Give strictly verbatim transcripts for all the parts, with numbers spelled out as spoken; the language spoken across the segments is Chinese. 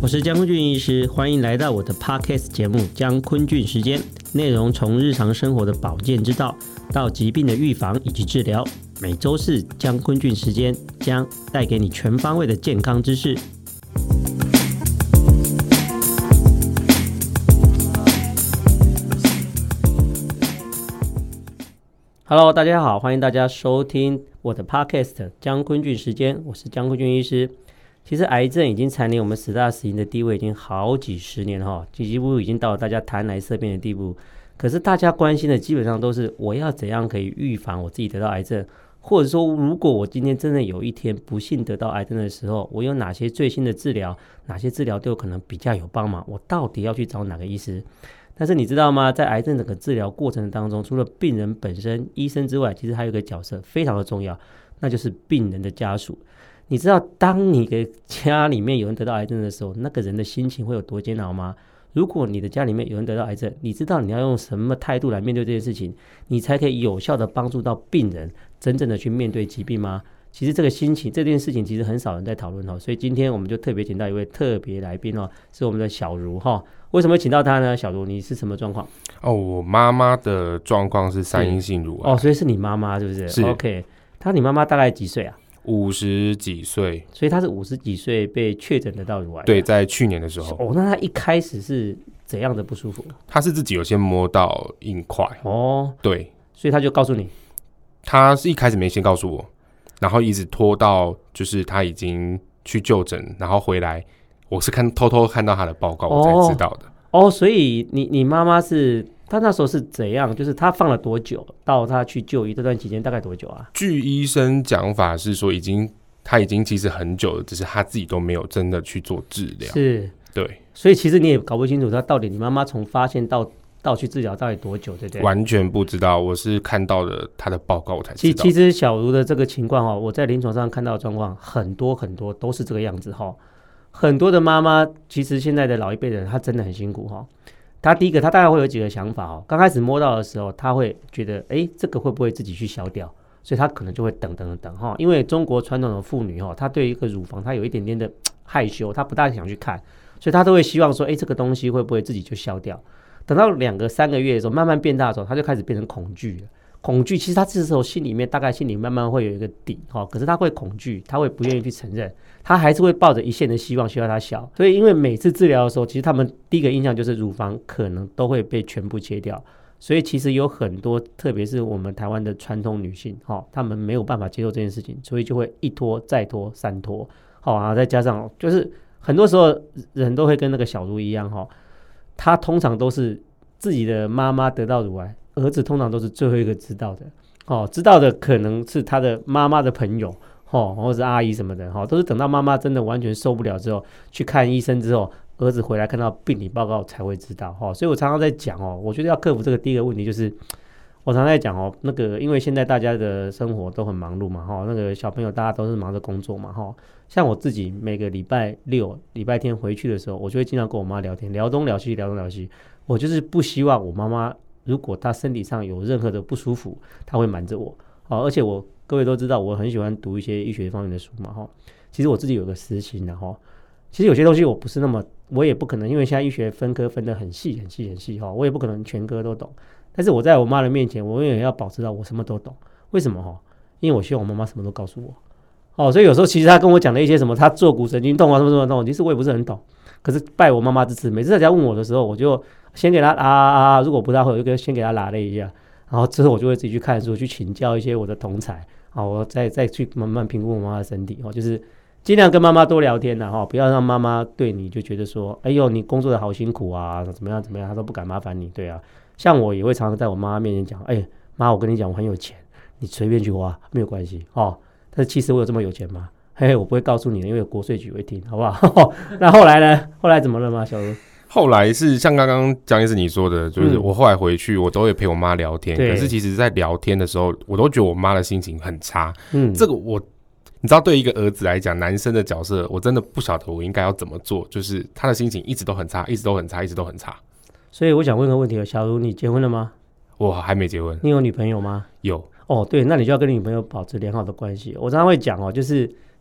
我是江坤俊医师，欢迎来到我的 Podcast 节目江坤俊时间，内容从日常生活的保健之道到疾病的预防以及治疗，每周四江坤俊时间将带给你全方位的健康知识。Hello， 大家好，欢迎大家收听我的 Podcast 江坤俊时间，我是江坤俊医师。其实癌症已经蝉联我们十大死因的地位已经好几十年哈，几乎已经到了大家谈癌色变的地步。可是大家关心的基本上都是我要怎样可以预防我自己得到癌症，或者说如果我今天真的有一天不幸得到癌症的时候，我有哪些最新的治疗，哪些治疗对我可能比较有帮忙，我到底要去找哪个医师？但是你知道吗，在癌症整个治疗过程当中，除了病人本身医生之外，其实还有一个角色非常的重要，那就是病人的家属。你知道当你的家里面有人得到癌症的时候，那个人的心情会有多煎熬吗？如果你的家里面有人得到癌症，你知道你要用什么态度来面对这件事情，你才可以有效的帮助到病人真正的去面对疾病吗？其实这个心情这件事情其实很少人在讨论，所以今天我们就特别请到一位特别来宾，是我们的小茹。为什么请到他呢？小茹，你是什么状况？ 哦，我妈妈的状况是三阴性乳癌。 哦，所以是你妈妈是不是？ 是 OK。她你妈妈大概几岁啊？ 五十几岁， 所以她是五十几岁被确诊得到乳癌。 对，在去年的时候。 哦，那她一开始是怎样的不舒服？ 她是自己有先摸到硬块。 哦， 对， 所以她就告诉你。 她是一开始没先告诉我，然后一直拖到就是她已经去就诊，然后回来，我是看偷偷看到她的报告，我才知道的。 哦，哦所以你你妈妈是。他那时候是怎样？就是他放了多久？到他去就医这段期间大概多久啊？ 据医生讲法是说，已经他已经其实很久了，只是他自己都没有真的去做治疗。 是， 对。 所以其实你也搞不清楚他到底你妈妈从发现到到去治疗到底多久，对不对？ 完全不知道，我是看到了他的报告我才知道。 其实小茹的这个情况哦，我在临床上看到的状况很多很多都是这个样子哈。很多的妈妈其实现在的老一辈的人，他真的很辛苦哈。他第一个，他大概会有几个想法哦。刚开始摸到的时候，他会觉得，哎，这个会不会自己去消掉？所以他可能就会等等等哈。因为中国传统的妇女哈，她对一个乳房，她有一点点的害羞，她不大想去看，所以她都会希望说，哎，这个东西会不会自己就消掉？等到两个三个月的时候，慢慢变大的时候，他就开始变成恐惧了。恐惧，其实他这时候心里面大概心里慢慢会有一个底哈，可是他会恐惧，他会不愿意去承认，他还是会抱着一线的希望，希望他小。所以因为每次治疗的时候，其实他们第一个印象就是乳房可能都会被全部切掉，所以其实有很多，特别是我们台湾的传统女性哈，她们没有办法接受这件事情，所以就会一拖再拖三拖，好啊，再加上就是很多时候人都会跟那个小茹一样哈，她通常都是自己的妈妈得到乳癌。儿子通常都是最后一个知道的，哦，知道的可能是他的妈妈的朋友，哦，或者是阿姨什么的，哦，都是等到妈妈真的完全受不了之后，去看医生之后，儿子回来看到病理报告才会知道，哦，所以我常常在讲哦，我觉得要克服这个第一个问题就是，我常常在讲哦，那个因为现在大家的生活都很忙碌嘛，哈、哦，那个小朋友大家都是忙着工作嘛，哈、哦，像我自己每个礼拜六、礼拜天回去的时候，我就会经常跟我妈聊天，聊东聊西，聊东聊西，我就是不希望我妈妈。如果他身体上有任何的不舒服，他会瞒着我、哦、而且我各位都知道我很喜欢读一些医学方面的书嘛、哦、其实我自己有个私心的、哦、其实有些东西我不是那么我也不可能，因为现在医学分科分得很细很细很细、哦、我也不可能全科都懂，但是我在我妈的面前我永远要保持到我什么都懂。为什么、哦、因为我希望我妈妈什么都告诉我、哦、所以有时候其实她跟我讲的一些什么她坐骨神经痛啊什么什么痛，其实我也不是很懂，可是拜我妈妈之赐，每次大家问我的时候，我就先给他啊啊啊，如果不大会，我就先给他拉了一下，然后之后我就会自己去看书，去请教一些我的同侪，好，我再再去慢慢评估我妈妈的身体，就是尽量跟妈妈多聊天呐，哈，不要让妈妈对你就觉得说，哎呦，你工作的好辛苦啊，怎么样怎么样，她都不敢麻烦你，对啊，像我也会常常在我妈妈面前讲，哎，妈，我跟你讲，我很有钱，你随便去花没有关系，哦，但是其实我有这么有钱吗？嘿嘿，我不会告诉你的，因为国税局会听，好不好？那后来呢？后来怎么了吗，小茹？ 后来是像刚刚江医师你说的，就是我后来回去，我都会陪我妈聊天、嗯。可是其实，在聊天的时候，我都觉得我妈的心情很差。嗯，这个我，你知道，对一个儿子来讲，男生的角色，我真的不晓得我应该要怎么做。就是他的心情一直都很差，一直都很差，一直都很差。 所以我想问个问题，小茹，你结婚了吗？ 我还没结婚。 你有女朋友吗？ 有。 哦，对，那你就要跟你女朋友保持良好的关系。我常常会讲哦，就是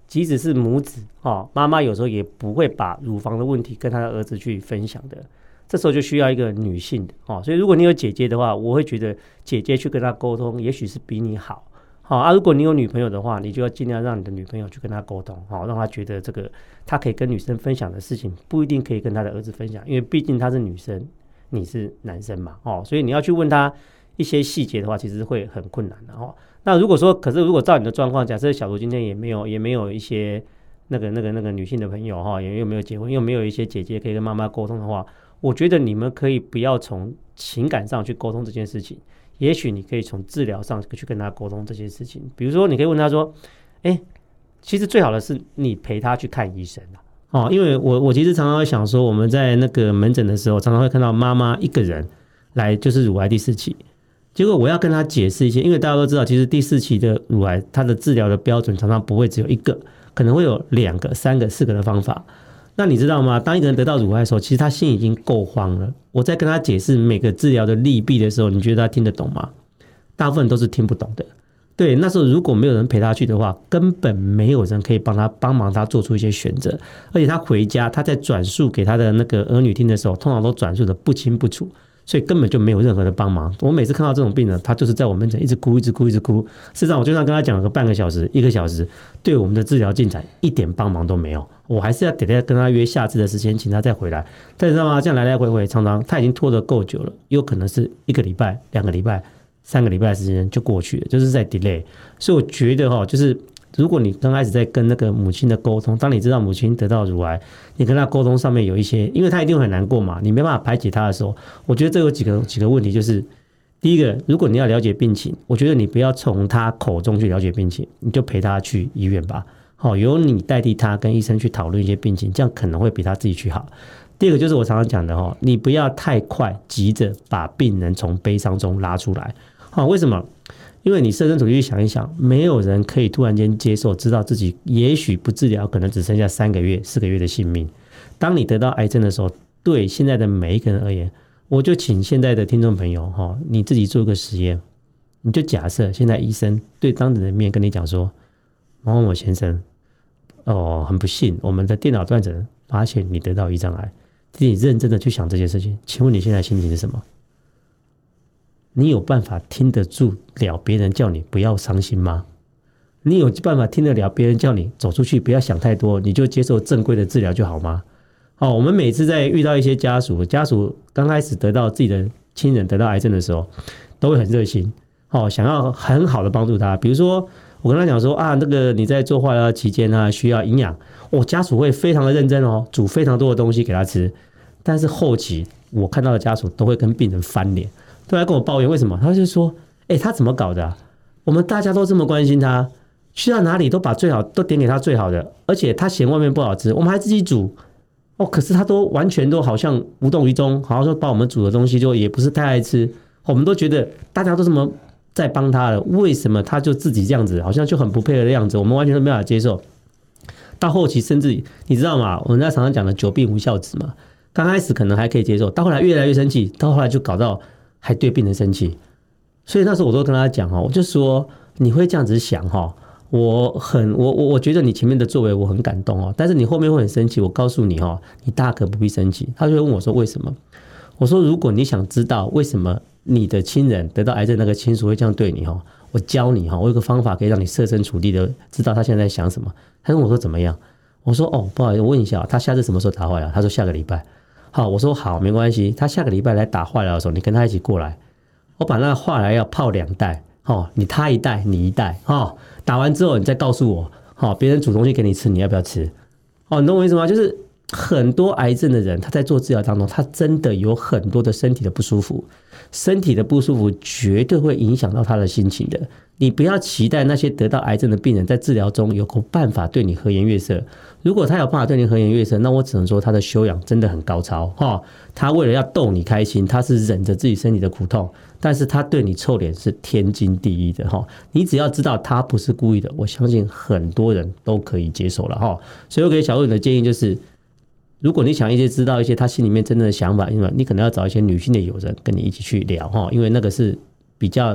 即使是母子哦，妈妈有时候也不会把乳房的问题跟她的儿子去分享的。这时候就需要一个女性的哦，所以如果你有姐姐的话，我会觉得姐姐去跟她沟通，也许是比你好。好啊，如果你有女朋友的话，你就要尽量让你的女朋友去跟她沟通，好，让她觉得这个她可以跟女生分享的事情，不一定可以跟她的儿子分享，因为毕竟她是女生，你是男生嘛，哦，所以你要去问她一些细节的话，其实会很困难的哦。那如果说，可是如果照你的状况，假设小茹今天也没有也没有一些那个那个那个女性的朋友哈，也又没有结婚，又没有一些姐姐可以跟妈妈沟通的话，我觉得你们可以不要从情感上去沟通这件事情。也许你可以从治疗上去跟他沟通这些事情，比如说你可以问他说：“哎，其实最好的是你陪他去看医生啊。”哦，因为我我其实常常会想说，我们在那个门诊的时候，常常会看到妈妈一个人来就是乳癌第四期，结果我要跟他解释一些，因为大家都知道，其实第四期的乳癌它的治疗的标准常常不会只有一个，可能会有两个、三个、四个的方法。那你知道吗？当一个人得到乳癌的时候，其实他心已经够慌了。我在跟他解释每个治疗的利弊的时候，你觉得他听得懂吗？大部分都是听不懂的。对，那时候如果没有人陪他去的话，根本没有人可以帮他帮忙他做出一些选择。而且他回家，他在转述给他的那个儿女听的时候，通常都转述的不清不楚，所以根本就没有任何的帮忙。我每次看到这种病人，他就是在我门诊一直哭，一直哭，一直哭。事实上，我就算跟他讲了个半个小时、一个小时，对我们的治疗进展一点帮忙都没有。我还是要得再跟他约下次的时间，请他再回来。但是知道吗？这样来来回回，常常他已经拖得够久了，有可能是一个礼拜、两个礼拜、三个礼拜的时间就过去了，就是在 delay。所以我觉得哈，就是如果你刚开始在跟那个母亲的沟通，当你知道母亲得到乳癌，你跟他沟通上面有一些，因为他一定会很难过嘛，你没办法排解他的时候，我觉得这有几个几个问题，就是第一个，如果你要了解病情，我觉得你不要从他口中去了解病情，你就陪他去医院吧。好，由你代替他跟医生去讨论一些病情，这样可能会比他自己去好。第二个就是我常常讲的哈，你不要太快急着把病人从悲伤中拉出来。好，为什么？因为你设身处地去想一想，没有人可以突然间接受，知道自己也许不治疗，可能只剩下三个月、四个月的性命。当你得到癌症的时候，对现在的每一个人而言，我就请现在的听众朋友哈，你自己做一个实验，你就假设现在医生对当着人面跟你讲说，某某先生。哦，很不幸，我们的电脑断层发现你得到胰脏癌。你认真的去想这件事情，请问你现在心情是什么？你有办法听得住了别人叫你不要伤心吗？你有办法听得了别人叫你走出去不要想太多，你就接受正规的治疗就好吗？好，我们每次在遇到一些家属，家属刚开始得到自己的亲人得到癌症的时候，都会很热心，好，想要很好的帮助他，比如说。我跟他讲说啊，那个你在做化疗期间啊，需要营养，哦，家属会非常的认真哦，煮非常多的东西给他吃。但是后期我看到的家属都会跟病人翻脸，都来跟我抱怨为什么？他就说，哎、欸，他怎么搞的、啊？我们大家都这么关心他，去到哪里都把最好都点给他最好的，而且他嫌外面不好吃，我们还自己煮。哦，可是他都完全都好像无动于衷，好像说把我们煮的东西就也不是太爱吃，我们都觉得大家都这么。在帮他了，为什么他就自己这样子，好像就很不配合的样子？我们完全都没办法接受。到后期，甚至你知道吗？我们在常常讲的“久病无孝子”嘛。刚开始可能还可以接受，到后来越来越生气，到后来就搞到还对病人生气。所以那时候我都跟他讲哈，我就说你会这样子想哈，我很我我我觉得你前面的作为我很感动哦，但是你后面会很生气。我告诉你哈，你大可不必生气。他就会问我说为什么？我说如果你想知道为什么。你的亲人得到癌症，那个亲属会这样对你哈？我教你哈，我有个方法可以让你设身处地的知道他现在在想什么。他跟我说怎么样？我说哦，不好意思，我问一下，他下次什么时候打化疗？他说下个礼拜。好，我说好，没关系。他下个礼拜来打化疗的时候，你跟他一起过来。我把那个化疗药泡两袋，哦，你他一袋，你一袋，哦，打完之后你再告诉我，好，别人煮东西给你吃，你要不要吃？哦，你懂我意思吗？就是。很多癌症的人，他在做治疗当中，他真的有很多的身体的不舒服，身体的不舒服绝对会影响到他的心情的。你不要期待那些得到癌症的病人在治疗中有个办法对你和颜悦色。如果他有办法对你和颜悦色，那我只能说他的修养真的很高超哈。他为了要逗你开心，他是忍着自己身体的苦痛，但是他对你臭脸是天经地义的哈。你只要知道他不是故意的，我相信很多人都可以接受了哈。所以我给小伟的建议就是。如果你想一些知道一些他心里面真正的想法，因为你可能要找一些女性的友人跟你一起去聊哈，因为那个是比较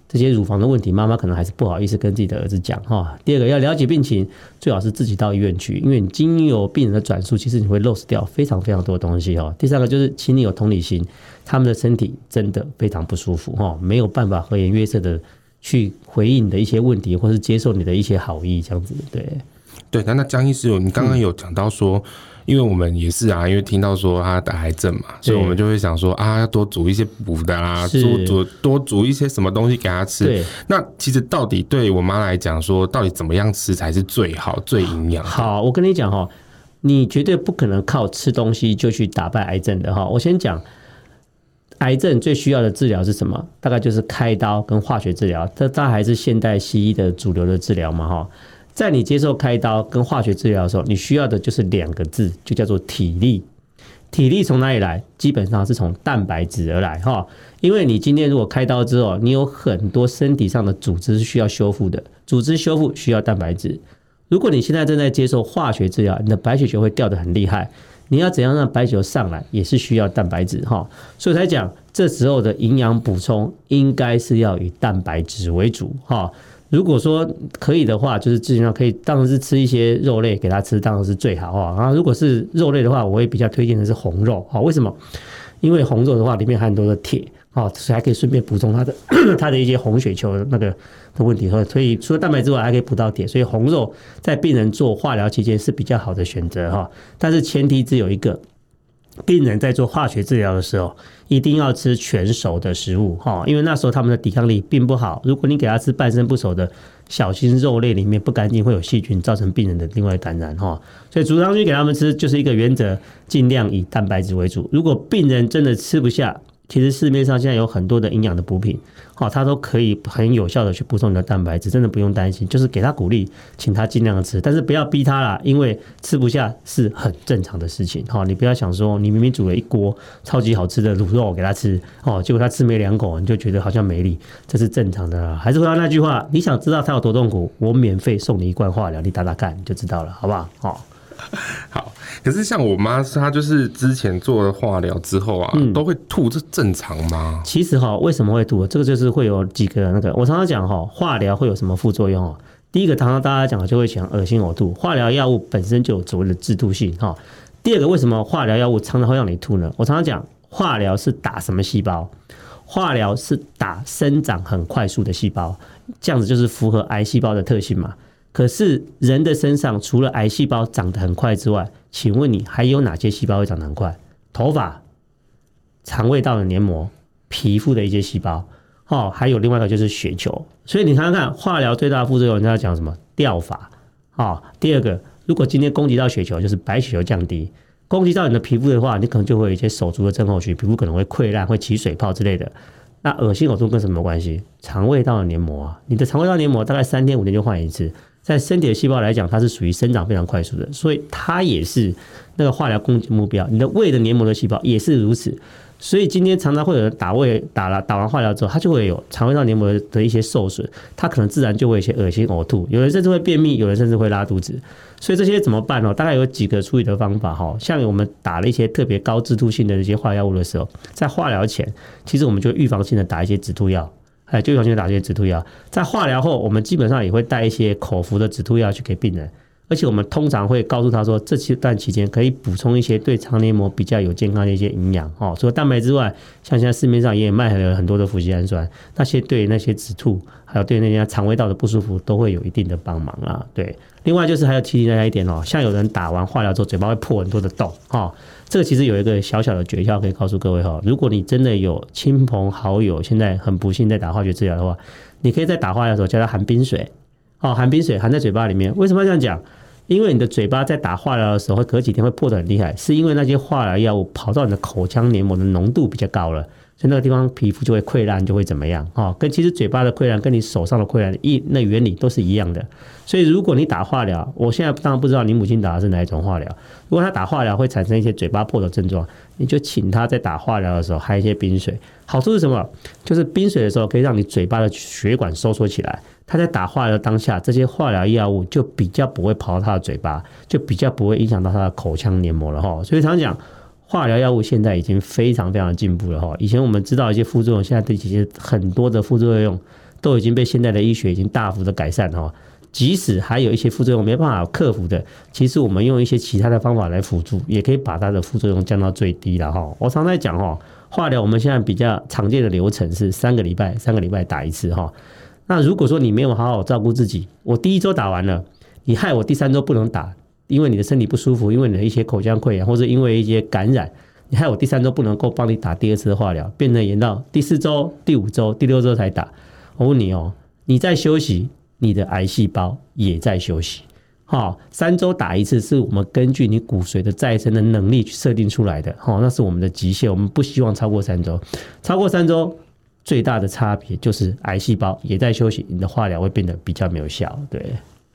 这些乳房的问题，妈妈可能还是不好意思跟自己的儿子讲哈。第二个，要了解病情，最好是自己到医院去，因为你经由病人的转述，其实你会 lose 掉非常非常多的东西哈。第三个就是，请你有同理心，他们的身体真的非常不舒服哈，没有办法和颜悦色的去回应你的一些问题，或是接受你的一些好意，这样子。对对，那那江医师，你刚刚有讲到说。嗯，因为我们也是啊，因为听到说他得癌症嘛，所以我们就会想说啊，要多煮一些补的啦，多煮多煮一些什么东西给他吃。对，那其实到底对我妈来讲说，到底怎么样吃才是最好、最营养？ 好，我跟你讲哈，你绝对不可能靠吃东西就去打败癌症的哈。我先讲，癌症最需要的治疗是什么？大概就是开刀跟化学治疗，这大概还是现代西医的主流的治疗嘛哈。在你接受开刀跟化学治疗的时候，你需要的就是两个字，就叫做体力。体力从哪里来？基本上是从蛋白质而来哈。因为你今天如果开刀之后，你有很多身体上的组织是需要修复的，组织修复需要蛋白质。如果你现在正在接受化学治疗，你的白血球会掉得很厉害，你要怎样让白血球上来，也是需要蛋白质哈。所以才讲，这时候的营养补充应该是要以蛋白质为主哈。如果说可以的话，就是尽量可以，当然是吃一些肉类给他吃，当然是最好啊。然后如果是肉类的话，我会比较推荐的是红肉啊。为什么？因为红肉的话里面含很多的铁啊，所以还可以顺便补充它的它的一些红血球那个的问题。所以除了蛋白之外，还可以补到铁。所以红肉在病人做化疗期间是比较好的选择哈。但是前提只有一个。病人在做化学治疗的时候，一定要吃全熟的食物哈，因为那时候他们的抵抗力并不好。如果你给他吃半生不熟的，小心肉类里面不干净会有细菌，造成病人的另外感染哈。所以主张去给他们吃就是一个原则，尽量以蛋白质为主。如果病人真的吃不下，其实市面上现在有很多的营养的补品，好，它都可以很有效的去补充你的蛋白质，真的不用担心，就是给他鼓励，请他尽量的吃，但是不要逼他啦，因为吃不下是很正常的事情。好，你不要想说你明明煮了一锅超级好吃的卤肉给他吃，哦，结果他吃没两口，你就觉得好像没力，这是正常的啦。还是回到那句话，你想知道他有多痛苦，我免费送你一罐化疗，你打打看你就知道了，好不好？好。 好，可是像我妈，她就是之前做了化疗之后啊，嗯、都会吐，这正常吗？ 其实哈，为什么会吐？这个就是会有几个那个，我常常讲哈，化疗会有什么副作用？第一个，常常大家讲的就会讲恶心呕吐，化疗药物本身就有所谓的致吐性哈。第二个，为什么化疗药物常常会让你吐呢？我常常讲，化疗是打什么细胞？化疗是打生长很快速的细胞，这样子就是符合癌细胞的特性嘛。可是人的身上除了癌细胞长得很快之外，请问你还有哪些细胞会长得很快？头发、肠胃道的黏膜、皮肤的一些细胞，哦，还有另外一个就是血球。所以你看看化疗最大的副作用，人家讲什么？掉发。哦，第二个，如果今天攻击到血球，就是白血球降低；攻击到你的皮肤的话，你可能就会有一些手足的症候群，皮肤可能会溃烂、会起水泡之类的。那恶心呕吐跟什么关系？肠胃道的黏膜啊，你的肠胃道黏膜大概三天五天就换一次。在身体的细胞来讲，它是属于生长非常快速的，所以它也是那个化疗攻击目标。你的胃的黏膜的细胞也是如此，所以今天常常会有人打胃打了打完化疗之后，他就会有肠胃道黏膜的一些受损，他可能自然就会有一些恶心呕吐，有人甚至会便秘，有人甚至会拉肚子。所以这些怎么办呢？大概有几个处理的方法哈。像我们打了一些特别高致吐性的一些化疗物的时候，在化疗前，其实我们就预防性的打一些止吐药。哎，就完全打这些止吐药。在化疗后，我们基本上也会带一些口服的止吐药去给病人，而且我们通常会告诉他说，这段期间可以补充一些对肠黏膜比较有健康的一些营养哦。除了蛋白之外，像现在市面上也卖了很多的脯基氨酸，那些对那些止吐，还有对那些肠胃道的不舒服，都会有一定的帮忙啦。对，另外就是还有提醒大家一点哦，像有人打完化疗之后，嘴巴会破很多的洞哈。这个其实有一个小小的诀窍可以告诉各位哈，如果你真的有亲朋好友现在很不幸在打化学治疗的话，你可以在打化疗的时候叫他含冰水，哦，含冰水含在嘴巴里面。为什么要这样讲？因为你的嘴巴在打化疗的时候，会隔几天会破得很厉害，是因为那些化疗药物跑到你的口腔黏膜的浓度比较高了。所以那个地方皮肤就会溃烂，就会怎么样？哦，跟其实嘴巴的溃烂跟你手上的溃烂一那原理都是一样的。所以如果你打化疗，我现在当然不知道你母亲打的是哪一种化疗。如果她打化疗会产生一些嘴巴破的症状，你就请她在打化疗的时候含一些冰水。好处是什么？就是冰水的时候可以让你嘴巴的血管收缩起来。他在打化疗当下，这些化疗药物就比较不会跑到他的嘴巴，就比较不会影响到他的口腔黏膜了哈。所以常讲。化疗药物现在已经非常非常进步了哈，以前我们知道一些副作用，现在对这些很多的副作用都已经被现代的医学已经大幅的改善哈。即使还有一些副作用没办法克服的，其实我们用一些其他的方法来辅助，也可以把它的副作用降到最低了哈。我常在讲哈，化疗我们现在比较常见的流程是三个礼拜，三个礼拜打一次哈。那如果说你没有好好照顾自己，我第一周打完了，你害我第三周不能打，因为你的身体不舒服，因为你的一些口腔溃疡，或者因为一些感染，你害我第三周不能够帮你打第二次的化疗，变成延到第四周、第五周、第六周才打。我问你哦，你在休息，你的癌细胞也在休息。好，三周打一次是我们根据你骨髓的再生的能力去设定出来的，好，那是我们的极限，我们不希望超过三周。超过三周，最大的差别就是癌细胞也在休息，你的化疗会变得比较没有效。对，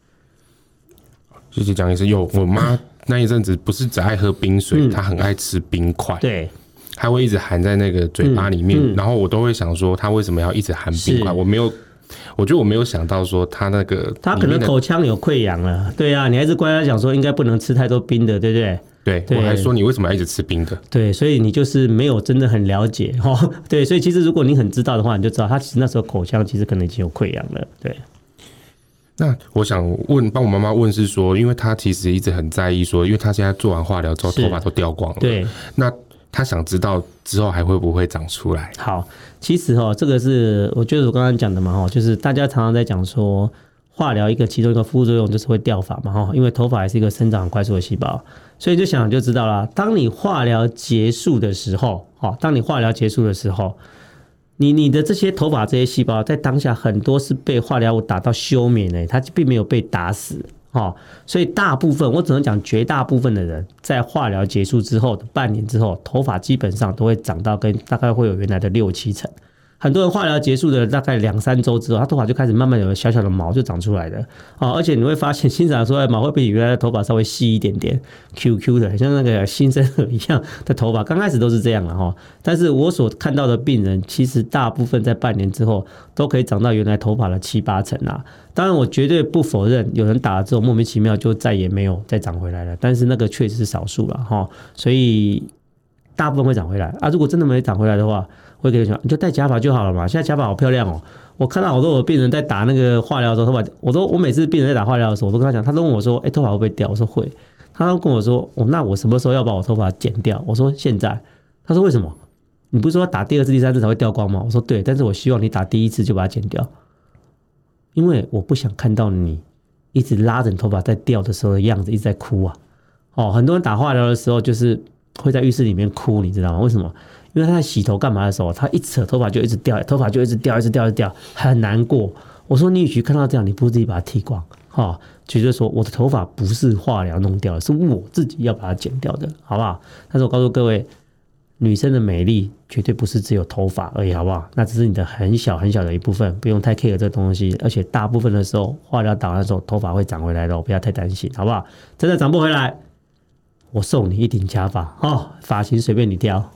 谢谢蒋医师。有我妈那一阵子不是只爱喝冰水，嗯、她很爱吃冰块。 对。 她会一直含在那个嘴巴里面，嗯嗯、然后我都会想说，她为什么要一直含冰块？我没有。我觉得我没有想到说他那个他可能口腔有溃疡了，对啊，你还是乖乖讲说应该不能吃太多冰的，对不对？ 对，对我还说你为什么要一直吃冰的？ 对，所以你就是没有真的很了解哦。对，所以其实如果你很知道的话，你就知道他其实那时候口腔其实可能已经有溃疡了。对。 那我想问，帮我妈妈问是说，因为她其实一直很在意说，因为她现在做完化疗之后头发都掉光了，对，那他想知道之后还会不会长出来？好， 其实哦，这个是我觉得我刚刚讲的嘛，就是大家常常在讲说，化疗一个其中一个副作用就是会掉发嘛，因为头发还是一个生长很快速的细胞，所以就想就知道啦。当你化疗结束的时候，当你化疗结束的时候，你你的这些头发这些细胞在当下很多是被化疗物打到休眠的，它并没有被打死。哦，所以大部分我只能讲绝大部分的人在化疗结束之后的半年之后，头发基本上都会长到跟大概会有原来的六七成。很多人化疗结束的大概两三周之后，他头发就开始慢慢有小小的毛就长出来了。哦，而且你会发现新长出来的毛会比原来的头发稍微细一点点 ，Q Q 的，像那个新生儿一样的头发。刚开始都是这样了哈，但是我所看到的病人，其实大部分在半年之后都可以长到原来头发的七八成啊。当然，我绝对不否认有人打了之后莫名其妙就再也没有再长回来了，但是那个确实是少数了哈。所以大部分会长回来啊。如果真的没长回来的话，我会跟你讲，你就戴假发就好了嘛。现在假发好漂亮哦，我看到好多我病人在打那个化疗的时候，头发，我都我每次病人在打化疗的时候，我都跟他讲，他都问我说，哎、欸，头发会不会掉？我说会。他都跟我说，哦，那我什么时候要把我头发剪掉？我说现在。他说为什么？你不是说打第二次、第三次才会掉光吗？我说对，但是我希望你打第一次就把它剪掉。因为我不想看到你一直拉着你头发在掉的时候的样子，一直在哭啊！哦，很多人打化疗的时候就是会在浴室里面哭，你知道吗？为什么？因为他在洗头干嘛的时候，他一扯头发就一直掉，头发就一直掉，一直掉，一直掉，很难过。我说你与其看到这样，你不如自己把它剃光，哈、哦，就是说我的头发不是化疗弄掉的，是我自己要把它剪掉的，好不好？但是我告诉各位，女生的美丽绝对不是只有头发而已，好不好？那只是你的很小很小的一部分，不用太 care 这个东西。而且大部分的时候，化疗打完的时候，头发会长回来的，不要太担心，好不好？真的长不回来，我送你一顶假发哦，发型随便你挑。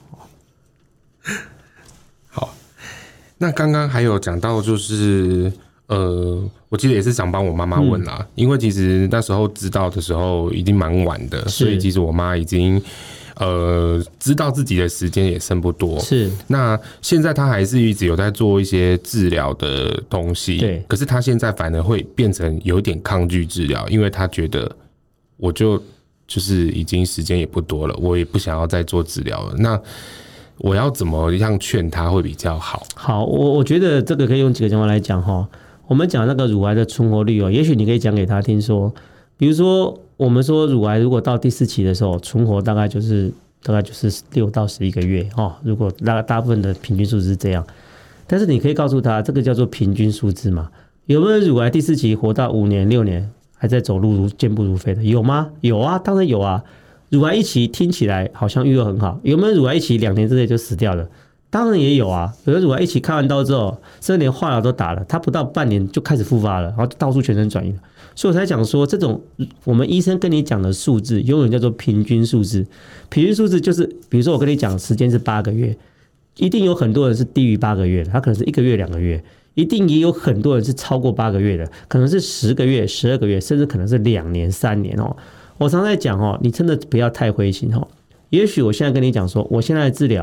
好，那刚刚还有讲到，就是呃，我记得也是想帮我妈妈问啦、嗯，因为其实那时候知道的时候已经蛮晚的，所以其实我妈已经。呃，知道自己的时间也剩不多，是。那现在他还是一直有在做一些治疗的东西，对。可是他现在反而会变成有点抗拒治疗，因为他觉得我就就是已经时间也不多了，我也不想要再做治疗了。那我要怎么样劝他会比较好？ 好，我我觉得这个可以用几个情况来讲哈。我们讲那个乳癌的存活率哦，也许你可以讲给他听说，比如说。我们说乳癌如果到第四期的时候，存活大概就是大概就是六到十一个月哦。如果大大部分的平均数字是这样，但是你可以告诉他，这个叫做平均数字嘛？有没有乳癌第四期活到五年六年还在走路如健步如飞的？有吗？有啊，当然有啊。乳癌一期听起来好像预后很好，有没有乳癌一期两年之内就死掉了？当然也有啊。有的乳癌一期开完刀之后，甚至连化疗都打了，他不到半年就开始复发了，然后到处全身转移了。所以我才讲说，这种我们医生跟你讲的数字，永远叫做平均数字。平均数字就是，比如说我跟你讲时间是八个月，一定有很多人是低于八个月的，他可能是一个月、两个月，一定也有很多人是超过八个月的，可能是十个月、十二个月，甚至可能是两年、三年哦。我常在讲哦，你真的不要太灰心哦。也许我现在跟你讲说，我现在的治疗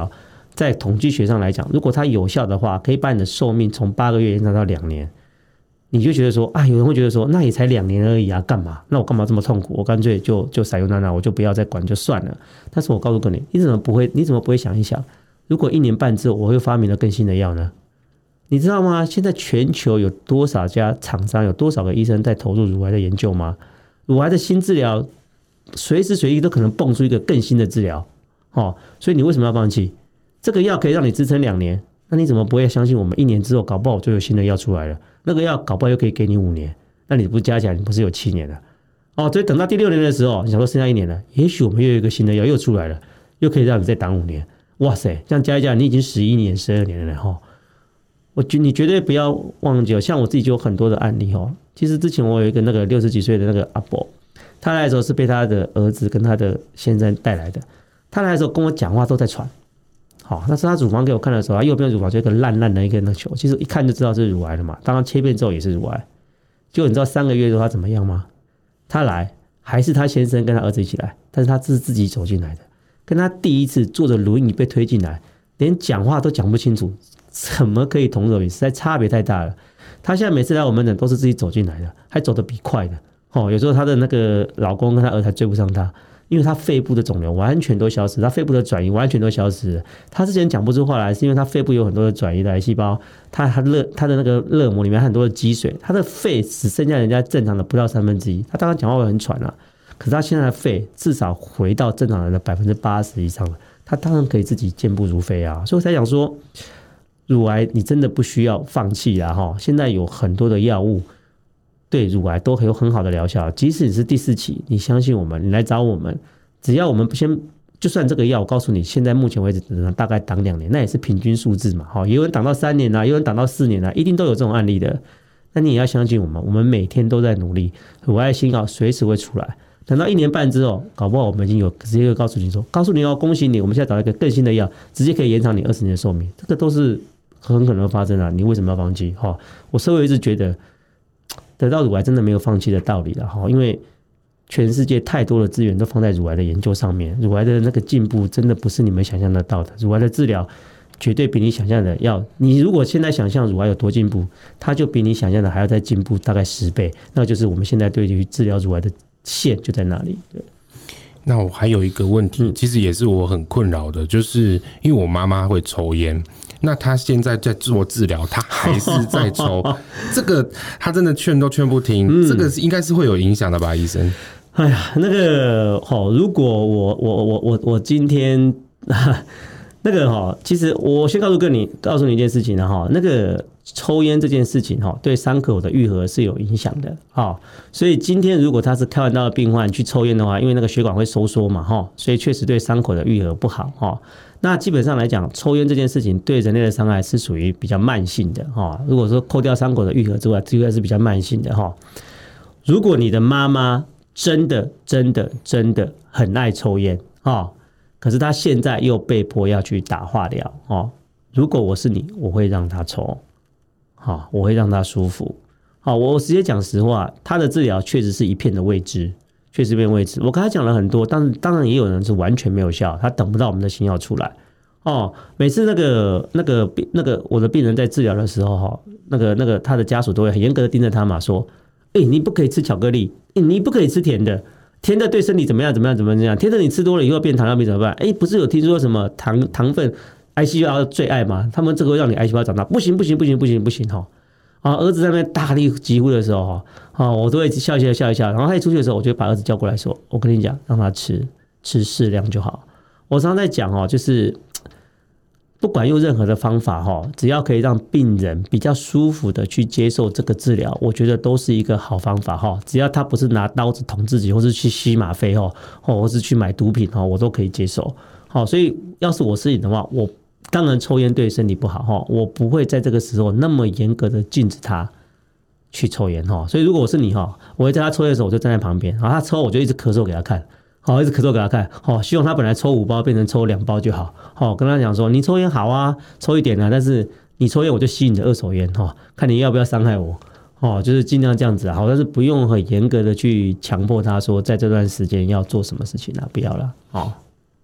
在统计学上来讲，如果它有效的话，可以把你的寿命从八个月延长到两年。你就觉得说啊，有人会觉得说，那也才两年而已啊，干嘛？那我干嘛这么痛苦？我干脆就就撒尤娜娜，我就不要再管就算了。但是我告诉你，你怎么不会？你怎么不会想一想，如果一年半之后我会发明了更新的药呢？你知道吗？现在全球有多少家厂商，有多少个医生在投入乳癌的研究吗？乳癌的新治疗，随时随地都可能蹦出一个更新的治疗，哦，所以你为什么要放弃？这个药可以让你支撑两年，那你怎么不会相信我们一年之后搞不好就有新的药出来了？那个药搞不好又可以给你五年，那你不加起来，你不是有七年了？哦，所以等到第六年的时候，你想说剩下一年了，也许我们又有一个新的药又出来了，又可以让你再挡五年。哇塞，这样加一加，你已经十一年、十二年了哈！我觉你绝对不要忘记，像我自己就有很多的案例哦。其实之前我有一个那个六十几岁的那个阿伯，他来的时候是被他的儿子跟他的先生带来的，他来的时候跟我讲话都在喘。好，那是他乳房给我看的时候，他右边乳房就一个烂烂的一个那球，其实一看就知道是乳癌了嘛。当然切片之后也是乳癌。结果你知道三个月之后他怎么样吗？他来还是他先生跟他儿子一起来，但是他是自己走进来的，跟他第一次坐着轮椅被推进来，连讲话都讲不清楚，怎么可以同日而语？实在差别太大了。他现在每次来我们诊都是自己走进来的，还走得比快的。哦，有时候他的那个老公跟他儿子还追不上他。因为他肺部的肿瘤完全都消失，他肺部的转移完全都消失了。他之前讲不出话来，是因为他肺部有很多的转移的癌细胞，他他热他的那个热膜里面很多的积水，他的肺只剩下人家正常的不到三分之一。他当然讲话会很喘啊，可是他现在的肺至少回到正常人的百分之八十以上了，他当然可以自己健步如飞啊。所以我才想说，乳癌你真的不需要放弃啊！哈，现在有很多的药物。对乳癌都有很好的疗效，即使你是第四期，你相信我们，你来找我们，只要我们先，就算这个药，我告诉你，现在目前为止只能大概挡两年，那也是平均数字嘛，好，有人挡到三年啊，有人挡到四年啊，一定都有这种案例的。那你也要相信我们，我们每天都在努力，乳癌新药随时会出来。等到一年半之后，搞不好我们已经有直接会告诉你说，告诉你哦，恭喜你，我们现在找到一个更新的药，直接可以延长你二十年的寿命，这个都是很可能发生的。你为什么要放弃？哈，我稍微一直觉得。得到乳癌真的没有放弃的道理了哈，因为全世界太多的资源都放在乳癌的研究上面，乳癌的那个进步真的不是你们想象得到的，乳癌的治疗绝对比你想象的要，你如果现在想象乳癌有多进步，它就比你想象的还要再进步大概十倍，那就是我们现在对于治疗乳癌的线就在那里。对。 那我还有一个问题，其实也是我很困扰的，就是因为我妈妈会抽烟，那她现在在做治疗，她还是在抽，这个她真的劝都劝不听，嗯、这个应该是会有影响的吧，医生？ 哎呀，那个好、哦，如果我我我我我今天那个哈，其实我先告诉你，告诉你一件事情呢哈，那个抽烟这件事情哈，对伤口的愈合是有影响的哈。所以今天如果他是开完刀的病患去抽烟的话，因为那个血管会收缩嘛哈，所以确实对伤口的愈合不好哈。那基本上来讲，抽烟这件事情对人类的伤害是属于比较慢性的哈。如果说扣掉伤口的愈合之外，这个是比较慢性的哈。如果你的妈妈真的真的真的很爱抽烟啊，可是她现在又被迫要去打化疗哦。如果我是你，我会让她抽，好，我会让她舒服。好，我直接讲实话，她的治疗确实是一片的未知，确实一片未知。我跟她讲了很多，但当然也有人是完全没有效，他等不到我们的新药出来。哦，每次那个那个那个我的病人在治疗的时候，哈，那个那个他的家属都会很严格的盯着他嘛，说。哎、欸，你不可以吃巧克力，欸、你不可以吃甜的，甜的对身体怎么样？怎么样？怎么样？甜的你吃多了以后变糖尿病怎么办？哎、欸，不是有听说什么糖糖分癌细胞最爱吗？他们这个会让你癌细胞长大，不行不行不行不行不行哈！啊，儿子在那边大力疾呼的时候哈，啊，我都会笑一笑笑一笑，然后他一出去的时候，我就把儿子叫过来说：“我跟你讲，让他吃吃适量就好。”我常常在讲哦，就是。不管用任何的方法，只要可以让病人比较舒服的去接受这个治疗，我觉得都是一个好方法。只要他不是拿刀子捅自己，或是去吸吗啡，或是去买毒品，我都可以接受。所以要是我是你的话，我当然抽烟对身体不好，我不会在这个时候那么严格的禁止他去抽烟。所以如果我是你，我会在他抽烟的时候我就站在旁边，他抽我就一直咳嗽给他看。好，一直咳嗽给他看，好，希望他本来抽五包变成抽两包就好。好，跟他讲说，你抽烟好啊，抽一点啊，但是你抽烟我就吸你的二手烟，哈，看你要不要伤害我，哦，就是尽量这样子啊，好，但是不用很严格的去强迫他说，在这段时间要做什么事情啊，不要了，哦。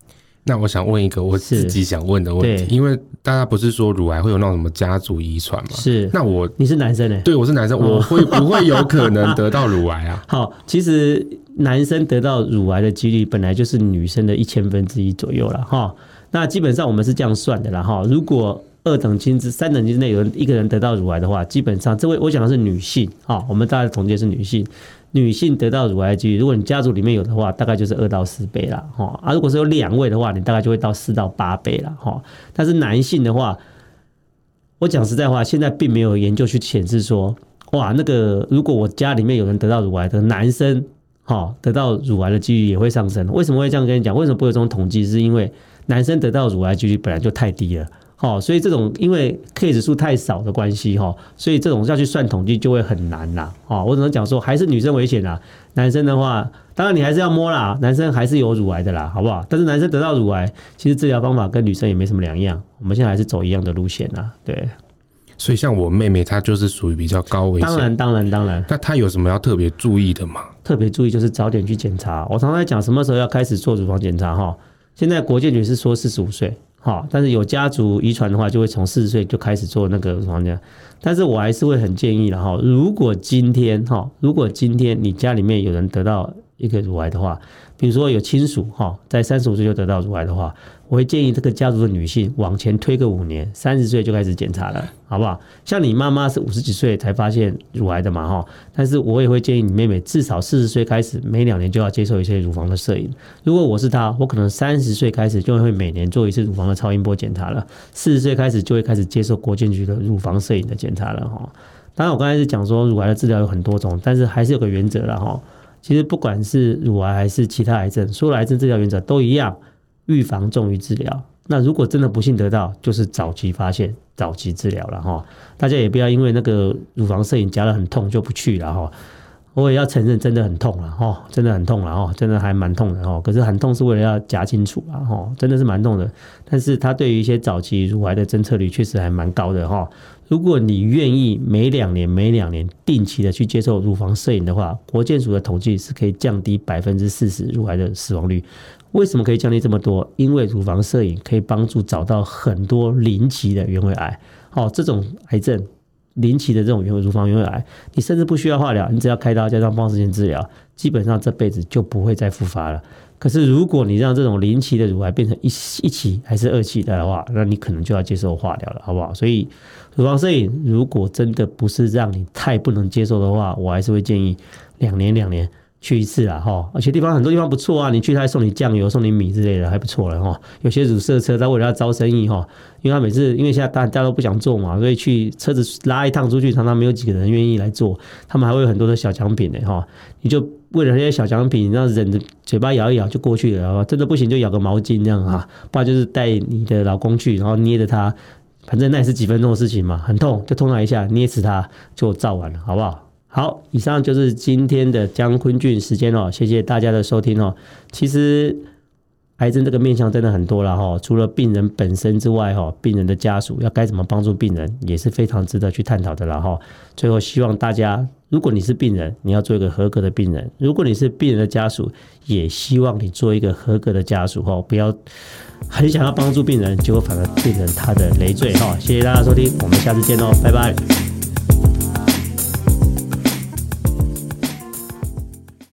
那我想问一个我自己想问的问题，因为大家不是说乳癌会有那种什么家族遗传吗？ 是。 那我你是男生呢？ 对，我是男生，哦、我会不会有可能得到乳癌啊？ 好，其实男生得到乳癌的几率本来就是女生的一千分之一左右了哈。那基本上我们是这样算的啦哈。如果二等亲之、三等亲之内有人一个人得到乳癌的话，基本上这位我讲的是女性啊，我们大概统计是女性。女性得到乳癌的几率，如果你家族里面有的话，大概就是二到四倍啦，哈啊，如果是有两位的话，你大概就会到四到八倍啦，哈。但是男性的话，我讲实在话，现在并没有研究去显示说，哇，那个如果我家里面有人得到乳癌的男生，哈，得到乳癌的几率也会上升。为什么会这样跟你讲？为什么不会有这种统计？是因为男生得到乳癌几率本来就太低了。哦，所以这种因为 case 数太少的关系哈，所以这种要去算统计就会很难啦。哦，我只能讲说还是女生危险啦，男生的话，当然你还是要摸啦，男生还是有乳癌的啦，好不好？但是男生得到乳癌，其实治疗方法跟女生也没什么两样，我们现在还是走一样的路线啦，对。 所以像我妹妹，她就是属于比较高危险。 当然，当然，当然。 那她有什么要特别注意的吗？ 特别注意就是早点去检查。我常常在讲什么时候要开始做乳房检查哈。现在国健局是说四十五岁。但是有家族遗传的话，就会从四十岁就开始做那个乳房检查。但是我还是会很建议啦，如果今天如果今天你家里面有人得到一个乳癌的话，比如说有亲属在三十五岁就得到乳癌的话，我会建议这个家族的女性往前推个五年，三十岁就开始检查了，好不好？像你妈妈是五十几岁才发现乳癌的嘛，但是我也会建议你妹妹至少四十岁开始，每两年就要接受一些乳房的摄影。如果我是她，我可能三十岁开始就会每年做一次乳房的超音波检查了，四十岁开始就会开始接受国健局的乳房摄影的检查了哈。当然，我刚才是讲说乳癌的治疗有很多种，但是还是有个原则啦哈。其实不管是乳癌还是其他癌症，所有的癌症治疗原则都一样，预防重于治疗。那如果真的不幸得到，就是早期发现、早期治疗了哈。大家也不要因为那个乳房摄影夹得很痛就不去了哈。我也要承认，真的很痛了哈，真的很痛了哈，真的还蛮痛的哈。可是很痛是为了要夹清楚了哈，真的是蛮痛的。但是它对于一些早期乳癌的侦测率确实还蛮高的哈。如果你愿意每两年、每两年定期的去接受乳房摄影的话，国健署的统计是可以降低百分之四十乳癌的死亡率。为什么可以降低这么多？因为乳房摄影可以帮助找到很多临期的原位癌。好，这种癌症。临期的这种乳房原位癌，你甚至不需要化疗，你只要开刀加上放射线治疗，基本上这辈子就不会再复发了。可是如果你让这种临期的乳癌变成一一期还是二期的话，那你可能就要接受化疗了，好不好？所以乳房摄影如果真的不是让你太不能接受的话，我还是会建议两年两年去一次啊，哈，而且地方很多地方不错啊，你去他还送你酱油、送你米之类的，还不错了哈。有些乳色车他为了要招生意哈，因为他每次因为现在大家都不想做嘛，所以去车子拉一趟出去，常常没有几个人愿意来做，他们还会有很多的小奖品的哈。你就为了那些小奖品，让忍着嘴巴咬一咬就过去了，真的不行就咬个毛巾这样啊，不然就是带你的老公去，然后捏着他，反正那也是几分钟的事情嘛，很痛就痛他一下，捏死他就照完了，好不好？好，以上就是今天的江坤俊时间哦，谢谢大家的收听哦。其实癌症这个面向真的很多了哈，除了病人本身之外哈，病人的家属要该怎么帮助病人，也是非常值得去探讨的了哈。最后希望大家，如果你是病人，你要做一个合格的病人；如果你是病人的家属，也希望你做一个合格的家属哈，不要很想要帮助病人，结果反而变成他的累赘哈。谢谢大家收听，我们下次见喽，拜拜。